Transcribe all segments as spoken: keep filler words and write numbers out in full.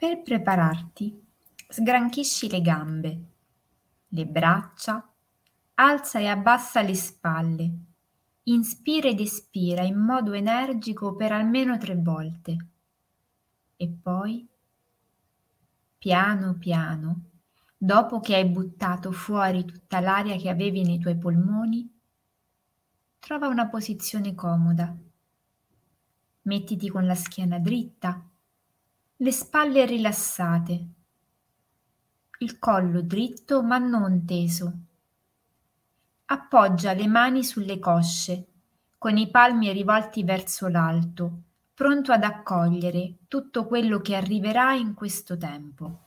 Per prepararti, sgranchisci le gambe, le braccia, alza e abbassa le spalle, inspira ed espira in modo energico per almeno tre volte e poi, piano piano, dopo che hai buttato fuori tutta l'aria che avevi nei tuoi polmoni, trova una posizione comoda. Mettiti con la schiena dritta, le spalle rilassate, il collo dritto ma non teso. Appoggia le mani sulle cosce, con i palmi rivolti verso l'alto, pronto ad accogliere tutto quello che arriverà in questo tempo.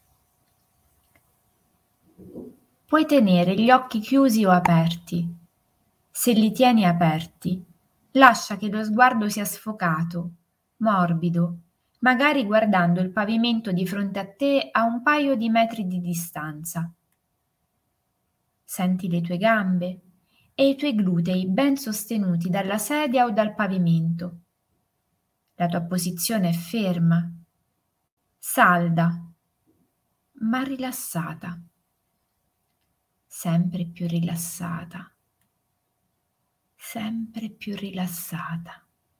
Puoi tenere gli occhi chiusi o aperti. Se li tieni aperti, lascia che lo sguardo sia sfocato, morbido, magari guardando il pavimento di fronte a te a un paio di metri di distanza. Senti le tue gambe e i tuoi glutei ben sostenuti dalla sedia o dal pavimento. La tua posizione è ferma, salda, ma rilassata, sempre più rilassata, sempre più rilassata.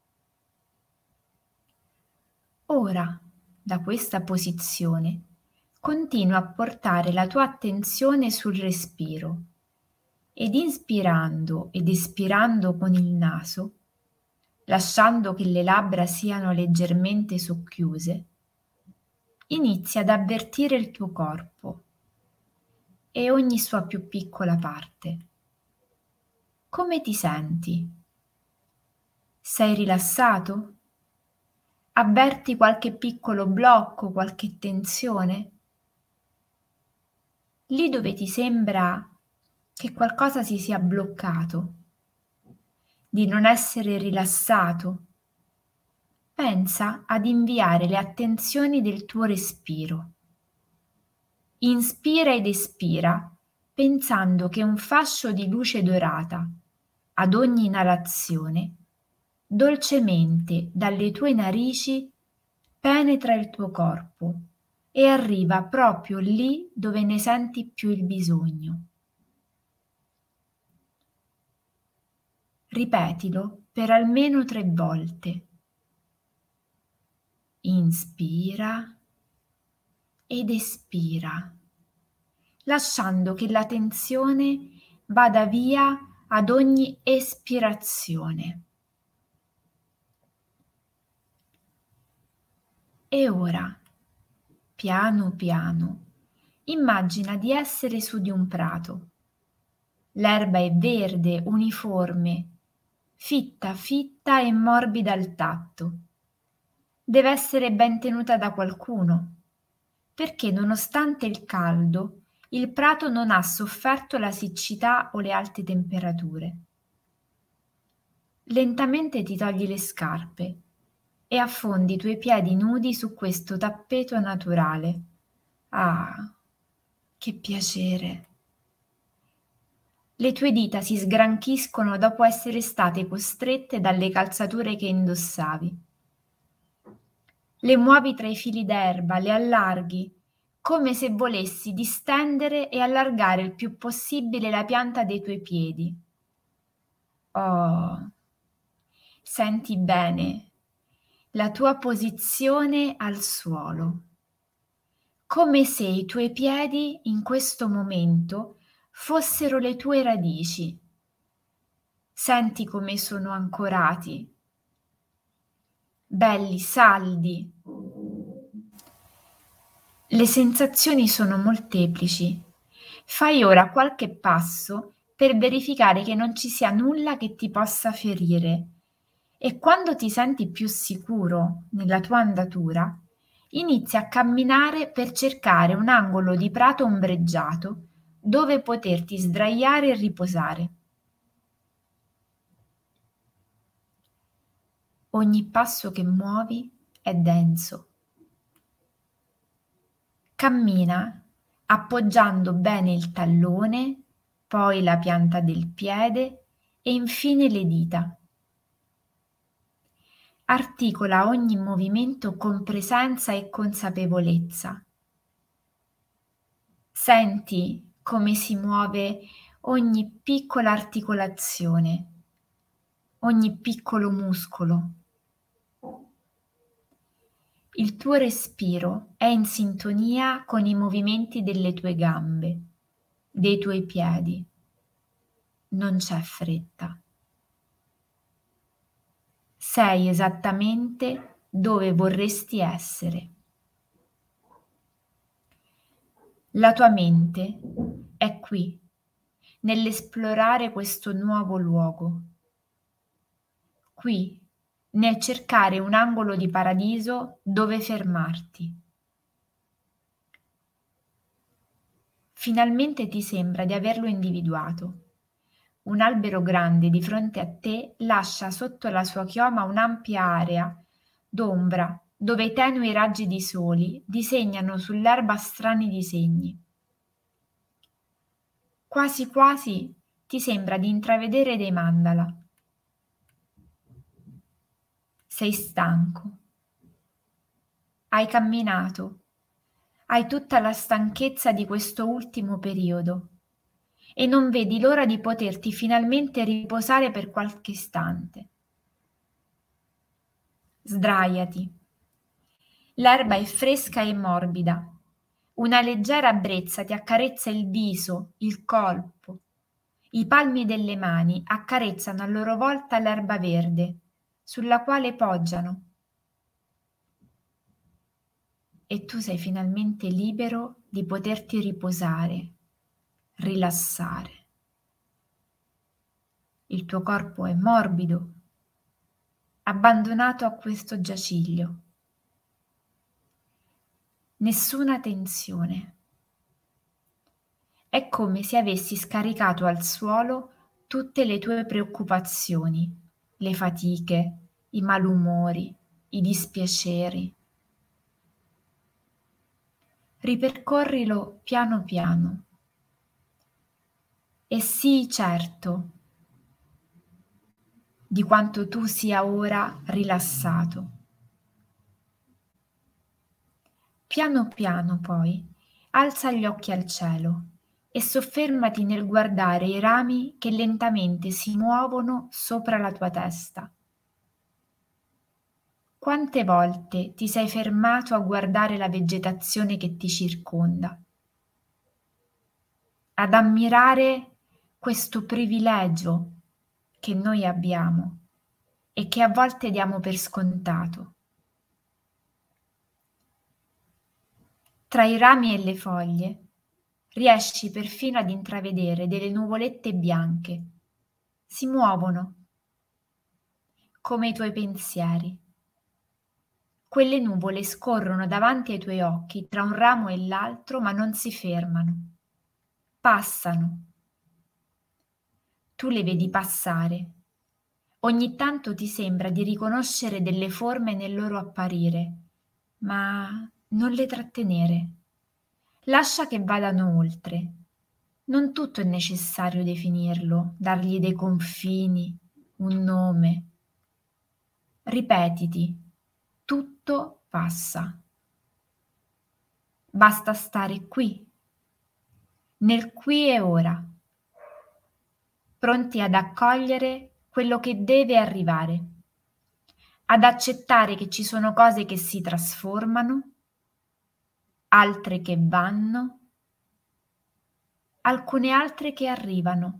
Ora, da questa posizione, continua a portare la tua attenzione sul respiro ed inspirando ed espirando con il naso, lasciando che le labbra siano leggermente socchiuse, inizia ad avvertire il tuo corpo e ogni sua più piccola parte. Come ti senti? Sei rilassato? Avverti qualche piccolo blocco, qualche tensione? Lì dove ti sembra che qualcosa si sia bloccato, di non essere rilassato, pensa ad inviare le attenzioni del tuo respiro. Inspira ed espira, pensando che un fascio di luce dorata, ad ogni inalazione, dolcemente dalle tue narici penetra il tuo corpo e arriva proprio lì dove ne senti più il bisogno. Ripetilo per almeno tre volte. Inspira ed espira, lasciando che la tensione vada via ad ogni espirazione. E ora, piano piano, immagina di essere su di un prato. L'erba è verde, uniforme, fitta, fitta e morbida al tatto. Deve essere ben tenuta da qualcuno, perché nonostante il caldo, il prato non ha sofferto la siccità o le alte temperature. Lentamente ti togli le scarpe e affondi i tuoi piedi nudi su questo tappeto naturale. Ah, che piacere! Le tue dita si sgranchiscono dopo essere state costrette dalle calzature che indossavi. Le muovi tra i fili d'erba, le allarghi, come se volessi distendere e allargare il più possibile la pianta dei tuoi piedi. Oh, senti bene la tua posizione al suolo, come se i tuoi piedi in questo momento fossero le tue radici. Senti come sono ancorati, belli, saldi. Le sensazioni sono molteplici. Fai ora qualche passo per verificare che non ci sia nulla che ti possa ferire e quando ti senti più sicuro nella tua andatura, inizia a camminare per cercare un angolo di prato ombreggiato dove poterti sdraiare e riposare. Ogni passo che muovi è denso. Cammina appoggiando bene il tallone, poi la pianta del piede e infine le dita. Articola ogni movimento con presenza e consapevolezza. Senti come si muove ogni piccola articolazione, ogni piccolo muscolo. Il tuo respiro è in sintonia con i movimenti delle tue gambe, dei tuoi piedi. Non c'è fretta. Sei esattamente dove vorresti essere. La tua mente è qui, nell'esplorare questo nuovo luogo. Qui, nel cercare un angolo di paradiso dove fermarti. Finalmente ti sembra di averlo individuato. Un albero grande di fronte a te lascia sotto la sua chioma un'ampia area d'ombra dove i tenui raggi di soli disegnano sull'erba strani disegni. Quasi quasi ti sembra di intravedere dei mandala. Sei stanco. Hai camminato. Hai tutta la stanchezza di questo ultimo periodo e non vedi l'ora di poterti finalmente riposare per qualche istante. Sdraiati. L'erba è fresca e morbida. Una leggera brezza ti accarezza il viso, il colpo. I palmi delle mani accarezzano a loro volta l'erba verde, sulla quale poggiano. E tu sei finalmente libero di poterti riposare, rilassare. Il tuo corpo è morbido, abbandonato a questo giaciglio. Nessuna tensione. È come se avessi scaricato al suolo tutte le tue preoccupazioni, le fatiche, i malumori, i dispiaceri. Ripercorrilo piano piano. E sii certo di quanto tu sia ora rilassato. Piano piano poi alza gli occhi al cielo e soffermati nel guardare i rami che lentamente si muovono sopra la tua testa. Quante volte ti sei fermato a guardare la vegetazione che ti circonda, ad ammirare questo privilegio che noi abbiamo e che a volte diamo per scontato. Tra i rami e le foglie riesci perfino ad intravedere delle nuvolette bianche. Si muovono come i tuoi pensieri. Quelle nuvole scorrono davanti ai tuoi occhi tra un ramo e l'altro, ma non si fermano. Passano. Tu le vedi passare. Ogni tanto ti sembra di riconoscere delle forme nel loro apparire, ma non le trattenere. Lascia che vadano oltre. Non tutto è necessario definirlo, dargli dei confini, un nome. Ripetiti, tutto passa. Basta stare qui, nel qui e ora, pronti ad accogliere quello che deve arrivare, ad accettare che ci sono cose che si trasformano, altre che vanno, alcune altre che arrivano,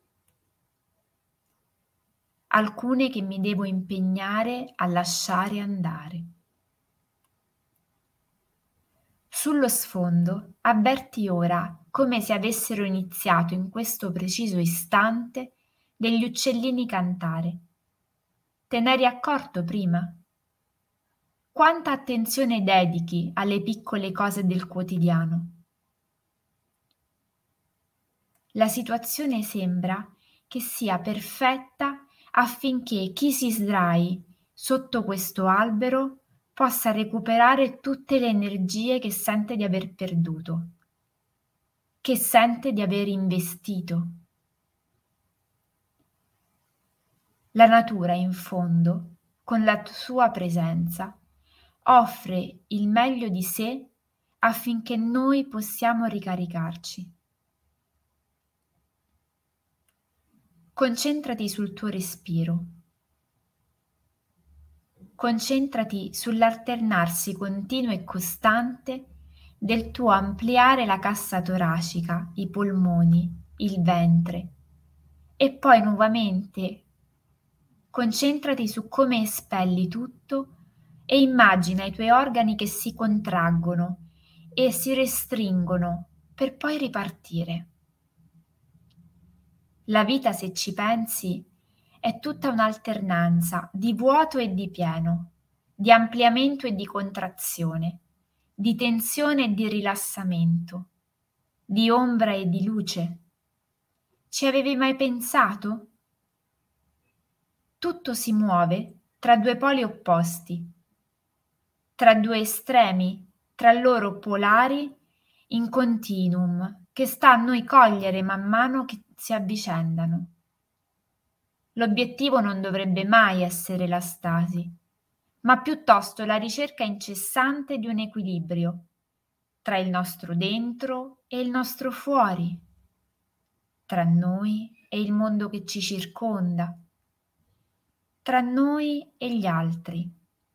alcune che mi devo impegnare a lasciare andare. Sullo sfondo avverti ora come se avessero iniziato in questo preciso istante degli uccellini cantare. Te n'eri accorto prima? Quanta attenzione dedichi alle piccole cose del quotidiano? La situazione sembra che sia perfetta affinché chi si sdrai sotto questo albero possa recuperare tutte le energie che sente di aver perduto, che sente di aver investito. La natura, in fondo, con la sua presenza, offre il meglio di sé affinché noi possiamo ricaricarci. Concentrati sul tuo respiro. Concentrati sull'alternarsi continuo e costante del tuo ampliare la cassa toracica, i polmoni, il ventre e poi nuovamente concentrati su come espelli tutto e immagina i tuoi organi che si contraggono e si restringono per poi ripartire. La vita, se ci pensi, è tutta un'alternanza di vuoto e di pieno, di ampliamento e di contrazione, di tensione e di rilassamento, di ombra e di luce. Ci avevi mai pensato? Tutto si muove tra due poli opposti, tra due estremi, tra loro polari in continuum che sta a noi cogliere man mano che si avvicendano. L'obiettivo non dovrebbe mai essere la stasi, ma piuttosto la ricerca incessante di un equilibrio tra il nostro dentro e il nostro fuori, tra noi e il mondo che ci circonda, tra noi e gli altri,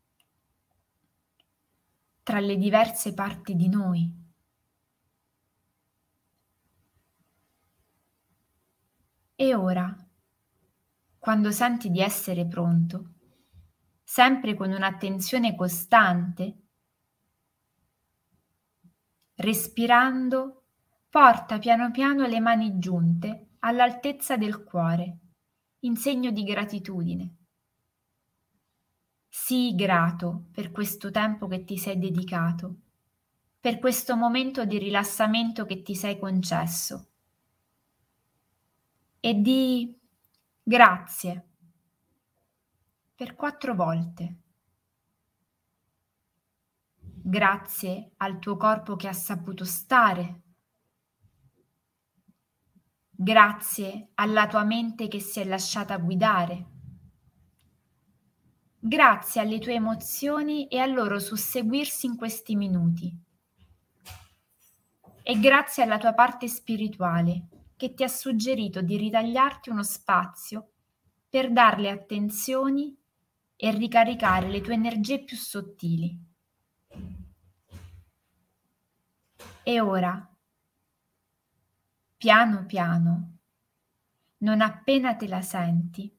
tra le diverse parti di noi. E ora, quando senti di essere pronto, sempre con un'attenzione costante, respirando, porta piano piano le mani giunte all'altezza del cuore, in segno di gratitudine. Sii grato per questo tempo che ti sei dedicato, per questo momento di rilassamento che ti sei concesso. E di grazie per quattro volte. Grazie al tuo corpo che ha saputo stare. Grazie alla tua mente che si è lasciata guidare. Grazie alle tue emozioni e al loro susseguirsi in questi minuti. E grazie alla tua parte spirituale che ti ha suggerito di ritagliarti uno spazio per darle attenzioni e ricaricare le tue energie più sottili. E ora, piano piano, non appena te la senti,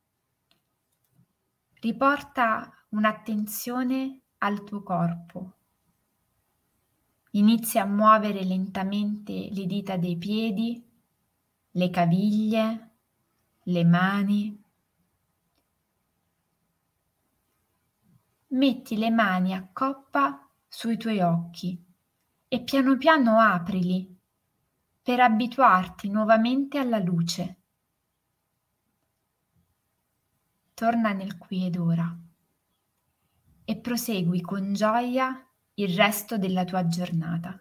riporta un'attenzione al tuo corpo. Inizia a muovere lentamente le dita dei piedi, le caviglie, le mani. Metti le mani a coppa sui tuoi occhi e piano piano aprili per abituarti nuovamente alla luce. Torna nel qui ed ora e prosegui con gioia il resto della tua giornata.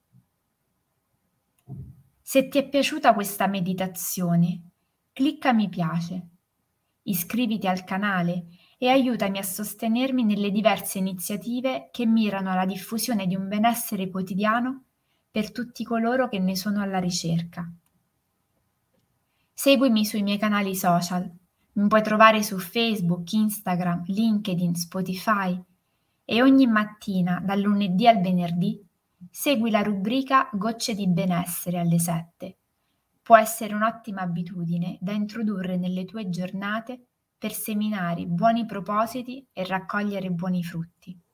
Se ti è piaciuta questa meditazione, clicca mi piace, iscriviti al canale e aiutami a sostenermi nelle diverse iniziative che mirano alla diffusione di un benessere quotidiano per tutti coloro che ne sono alla ricerca. Seguimi sui miei canali social, mi puoi trovare su Facebook, Instagram, LinkedIn, Spotify e ogni mattina, dal lunedì al venerdì, segui la rubrica Gocce di benessere alle sette. Può essere un'ottima abitudine da introdurre nelle tue giornate per seminare buoni propositi e raccogliere buoni frutti.